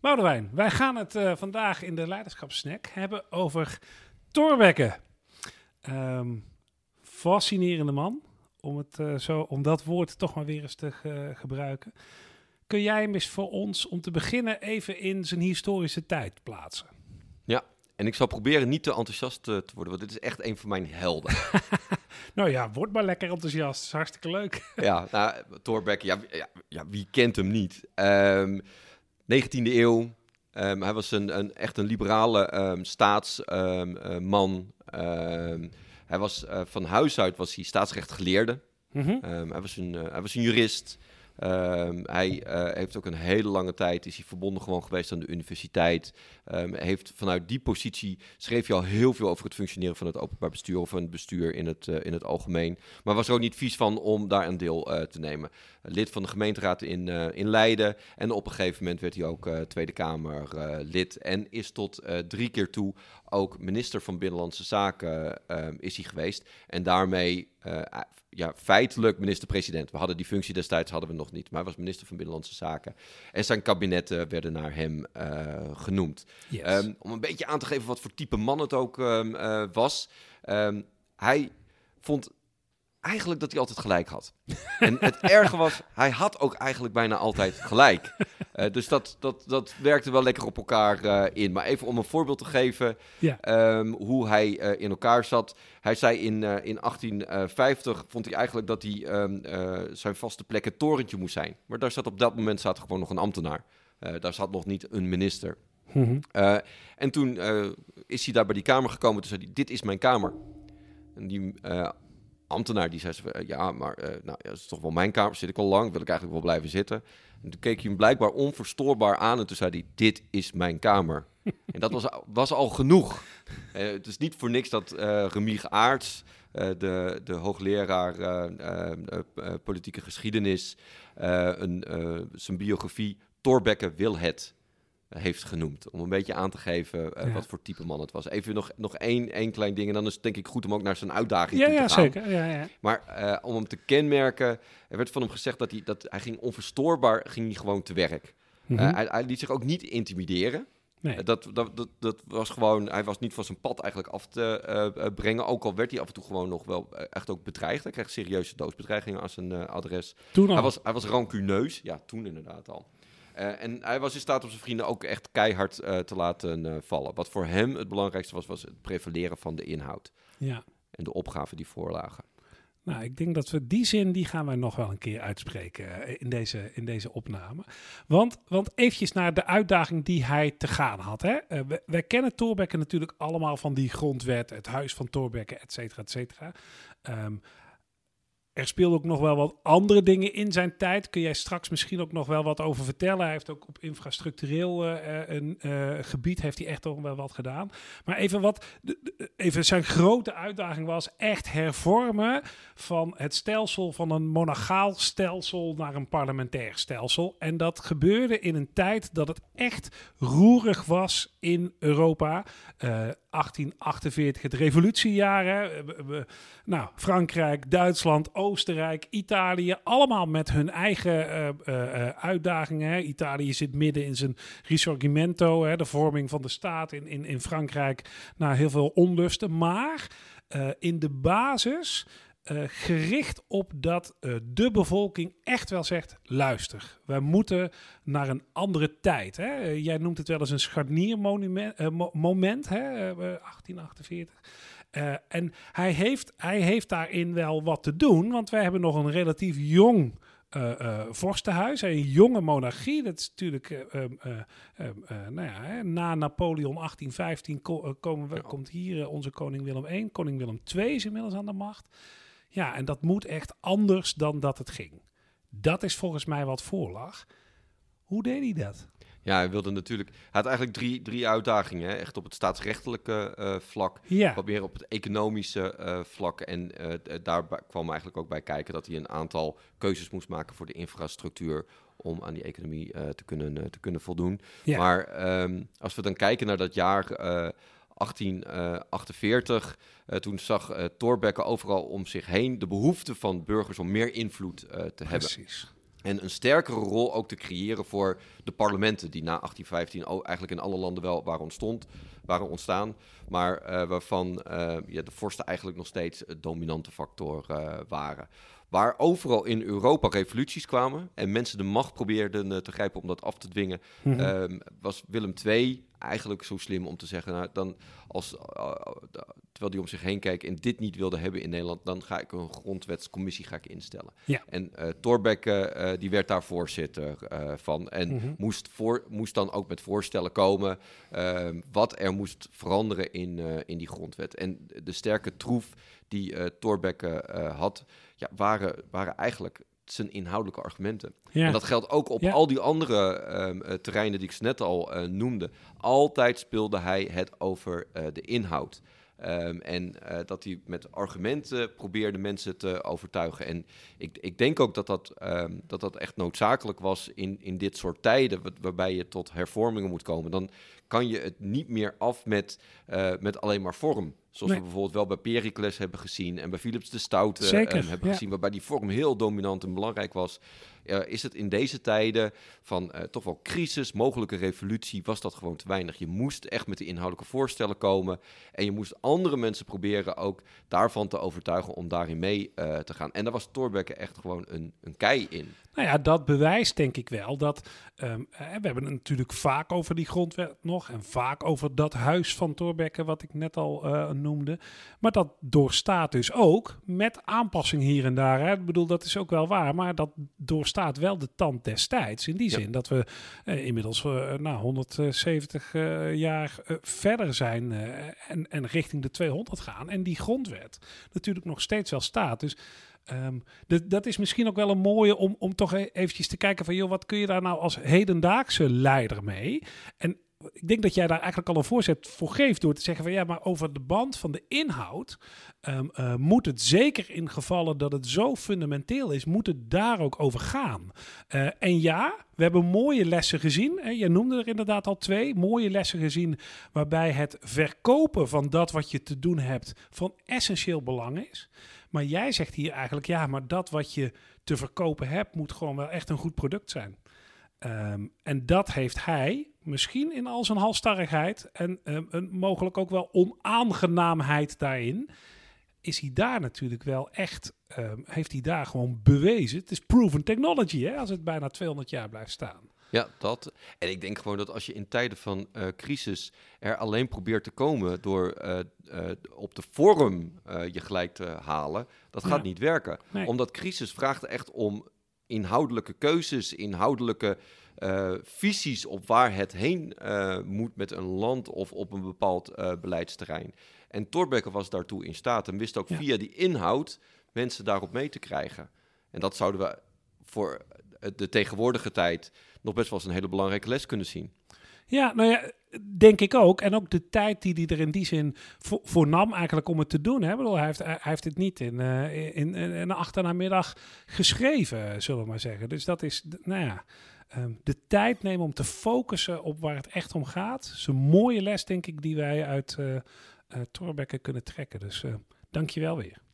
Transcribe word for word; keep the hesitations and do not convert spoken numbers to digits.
Boudewijn, wij gaan het uh, vandaag in de Leiderschapssnack hebben over Thorbecke. Um, fascinerende man, om, het, uh, zo, om dat woord toch maar weer eens te uh, gebruiken. Kun jij hem eens voor ons, om te beginnen, even in zijn historische tijd plaatsen? Ja, en ik zal proberen niet te enthousiast uh, te worden, want dit is echt een van mijn helden. Nou ja, word maar lekker enthousiast. Dat is hartstikke leuk. Ja, nou, Thorbecke, ja, ja, ja, wie kent hem niet? Um, negentiende eeuw. Um, hij was een, een, echt een liberale um, staatsman. Um, um, hij was uh, van huis uit was hij staatsrechtgeleerde. Mm-hmm. Um, hij, was een, uh, hij was een jurist. Um, hij uh, heeft ook een hele lange tijd, is hij verbonden gewoon geweest aan de universiteit. Um, heeft vanuit die positie, schreef hij al heel veel over het functioneren van het openbaar bestuur of van het bestuur in het, uh, in het algemeen. Maar was er ook niet vies van om daar een deel uh, te nemen. Uh, lid van de gemeenteraad in, uh, in Leiden en op een gegeven moment werd hij ook uh, Tweede Kamer uh, lid. En is tot uh, drie keer toe ook minister van Binnenlandse Zaken uh, is hij geweest. En daarmee uh, ja, feitelijk minister-president. We hadden die functie destijds hadden we nog niet, maar hij was minister van Binnenlandse Zaken. En zijn kabinetten werden naar hem uh, genoemd. Yes. Um, om een beetje aan te geven wat voor type man het ook um, uh, was. Um, hij vond eigenlijk dat hij altijd gelijk had. En het erge was, hij had ook eigenlijk bijna altijd gelijk. Uh, dus dat, dat, dat werkte wel lekker op elkaar uh, in. Maar even om een voorbeeld te geven ja. um, hoe hij uh, in elkaar zat. Hij zei in, uh, in achttien vijftig, vond hij eigenlijk dat hij um, uh, zijn vaste plek het torentje moest zijn. Maar daar zat op dat moment zat gewoon nog een ambtenaar. Uh, daar zat nog niet een minister. Mm-hmm. Uh, en toen uh, is hij daar bij die kamer gekomen. Toen zei hij, dit is mijn kamer. En die uh, ambtenaar die zei, uh, ja, maar uh, nou, ja, dat is toch wel mijn kamer. Zit ik al lang, wil ik eigenlijk wel blijven zitten. En toen keek hij hem blijkbaar onverstoorbaar aan. En toen zei hij, dit is mijn kamer. En dat was, was al genoeg. Uh, het is niet voor niks dat uh, Remieg Aerts, uh, de, de hoogleraar uh, uh, uh, politieke geschiedenis, uh, een, uh, zijn biografie Thorbecke wil het heeft genoemd. Om een beetje aan te geven uh, ja. wat voor type man het was. Even nog, nog één, één klein ding. En dan is het denk ik goed om ook naar zijn uitdaging ja, toe te ja, gaan. Zeker. Ja, ja. Maar uh, om hem te kenmerken, er werd van hem gezegd dat hij, dat hij ging onverstoorbaar ging hij gewoon te werk. Mm-hmm. Uh, hij, hij liet zich ook niet intimideren. Nee. Uh, dat, dat, dat, dat was gewoon, hij was niet van zijn pad eigenlijk af te uh, uh, brengen. Ook al werd hij af en toe gewoon nog wel uh, echt ook bedreigd. Hij kreeg serieuze doodsbedreigingen aan zijn uh, adres. Toen al. Hij was, hij was rancuneus. Ja, toen inderdaad al. Uh, en hij was in staat om zijn vrienden ook echt keihard uh, te laten uh, vallen. Wat voor hem het belangrijkste was, was het prevaleren van de inhoud. Ja. En de opgaven die voorlagen. Nou, ik denk dat we die zin, die gaan wij nog wel een keer uitspreken in deze, in deze opname. Want, want eventjes naar de uitdaging die hij te gaan had. Hè? Uh, wij, wij kennen Thorbecke natuurlijk allemaal van die grondwet, het huis van Thorbecke, et cetera, et cetera. Um, Er speelden ook nog wel wat andere dingen in zijn tijd. Kun jij straks misschien ook nog wel wat over vertellen. Hij heeft ook op infrastructureel uh, een, uh, gebied heeft hij echt nog wel wat gedaan. Maar even wat de, de, even zijn grote uitdaging was echt hervormen van het stelsel van een monarchaal stelsel naar een parlementair stelsel. En dat gebeurde in een tijd dat het echt roerig was in Europa. Uh, achttien achtenveertig, het revolutiejaar. Hè. Uh, uh, nou, Frankrijk, Duitsland, Oostenrijk, Italië, allemaal met hun eigen uh, uh, uitdagingen. Hè. Italië zit midden in zijn risorgimento, hè, de vorming van de staat in, in, in Frankrijk. Nou, heel veel onlusten, maar uh, in de basis uh, gericht op dat uh, de bevolking echt wel zegt, luister, wij moeten naar een andere tijd. Hè. Uh, jij noemt het wel eens een scharniermoment, uh, mo- moment, hè, uh, achttien achtenveertig. Uh, en hij heeft, hij heeft daarin wel wat te doen, want wij hebben nog een relatief jong uh, uh, vorstenhuis, een jonge monarchie. Dat is natuurlijk, uh, uh, uh, uh, nou ja, hè, na Napoleon achttien vijftien ko- uh, komen we, ja. komt hier uh, onze koning Willem de Eerste. Koning Willem de Tweede is inmiddels aan de macht. Ja, en dat moet echt anders dan dat het ging. Dat is volgens mij wat voorlag. Hoe deed hij dat? Ja, hij wilde natuurlijk. Hij had eigenlijk drie, drie uitdagingen. Hè? Echt op het staatsrechtelijke uh, vlak. Ja. Wat meer op het economische uh, vlak. En uh, daar kwam eigenlijk ook bij kijken dat hij een aantal keuzes moest maken voor de infrastructuur. Om aan die economie uh, te, kunnen, uh, te kunnen voldoen. Ja. Maar um, als we dan kijken naar dat jaar Uh, achttien achtenveertig, uh, toen zag uh, Thorbecke overal om zich heen de behoefte van burgers om meer invloed uh, te Precies. hebben. En een sterkere rol ook te creëren voor de parlementen die na achttien vijftien ook eigenlijk in alle landen wel waren, ontstond, waren ontstaan. Maar uh, waarvan uh, ja, de vorsten eigenlijk nog steeds de dominante factor uh, waren. Waar overal in Europa revoluties kwamen en mensen de macht probeerden uh, te grijpen om dat af te dwingen, mm-hmm. um, was Willem de Tweede eigenlijk zo slim om te zeggen, nou, dan als, uh, uh, terwijl hij om zich heen kijkt en dit niet wilde hebben in Nederland, dan ga ik een grondwetscommissie ga ik instellen. Ja. En uh, Thorbecke, uh, die werd daar voorzitter uh, van en mm-hmm. moest, voor, moest dan ook met voorstellen komen uh, wat er moest veranderen in, uh, in die grondwet. En de sterke troef die uh, Thorbecke uh, had, ja, waren, waren eigenlijk zijn inhoudelijke argumenten. Ja. En dat geldt ook op ja. al die andere um, uh, terreinen die ik net al uh, noemde. Altijd speelde hij het over uh, de inhoud. Um, en uh, dat hij met argumenten probeerde mensen te overtuigen. En ik, ik denk ook dat dat, um, dat dat echt noodzakelijk was in, in dit soort tijden, waar, waarbij je tot hervormingen moet komen. Dan kan je het niet meer af met, uh, met alleen maar vorm. Zoals nee. we bijvoorbeeld wel bij Pericles hebben gezien en bij Philips de Stoute Zeker, um, hebben ja. gezien, waarbij die vorm heel dominant en belangrijk was. Uh, is het in deze tijden van uh, toch wel crisis, mogelijke revolutie, was dat gewoon te weinig. Je moest echt met de inhoudelijke voorstellen komen en je moest andere mensen proberen ook daarvan te overtuigen om daarin mee uh, te gaan. En daar was Thorbecke echt gewoon een, een kei in. Nou ja, dat bewijst denk ik wel dat, um, we hebben het natuurlijk vaak over die grondwet nog en vaak over dat huis van Thorbecke wat ik net al uh, noemde. Maar dat doorstaat dus ook met aanpassing hier en daar. Hè. Ik bedoel, dat is ook wel waar, maar dat doorstaat wel de tand destijds. In die ja. zin dat we uh, inmiddels uh, nou, honderdzeventig uh, jaar uh, verder zijn uh, en, en richting de tweehonderd gaan. En die grondwet natuurlijk nog steeds wel staat. Dus Um, de, dat is misschien ook wel een mooie om, om toch eventjes te kijken van, joh, wat kun je daar nou als hedendaagse leider mee? En ik denk dat jij daar eigenlijk al een voorzet voor geeft door te zeggen van, ja, maar over de band van de inhoud um, uh, moet het zeker in gevallen dat het zo fundamenteel is, moet het daar ook over gaan. Uh, en ja, we hebben mooie lessen gezien. Hè? Je noemde er inderdaad al twee mooie lessen gezien waarbij het verkopen van dat wat je te doen hebt van essentieel belang is. Maar jij zegt hier eigenlijk, ja, maar dat wat je te verkopen hebt, moet gewoon wel echt een goed product zijn. Um, en dat heeft hij, misschien in al zijn halsstarrigheid en um, een mogelijk ook wel onaangenaamheid daarin, is hij daar natuurlijk wel echt, um, heeft hij daar gewoon bewezen. Het is proven technology, hè, als het bijna tweehonderd jaar blijft staan. Ja, dat. En ik denk gewoon dat als je in tijden van uh, crisis er alleen probeert te komen door uh, uh, op de vorm uh, je gelijk te halen, dat gaat ja. niet werken. Nee. Omdat crisis vraagt echt om inhoudelijke keuzes, inhoudelijke uh, visies op waar het heen uh, moet met een land of op een bepaald uh, beleidsterrein. En Thorbecke was daartoe in staat en wist ook ja. via die inhoud mensen daarop mee te krijgen. En dat zouden we voor de tegenwoordige tijd nog best wel eens een hele belangrijke les kunnen zien. Ja, nou ja, denk ik ook. En ook de tijd die hij er in die zin voor, voor nam eigenlijk om het te doen. Hè? Bedoel, hij, heeft, hij heeft het niet in, uh, in, in, in een achternamiddag geschreven, zullen we maar zeggen. Dus dat is, nou ja, um, de tijd nemen om te focussen op waar het echt om gaat. Dat is een mooie les, denk ik, die wij uit uh, uh, Thorbecke kunnen trekken. Dus uh, dank je wel weer.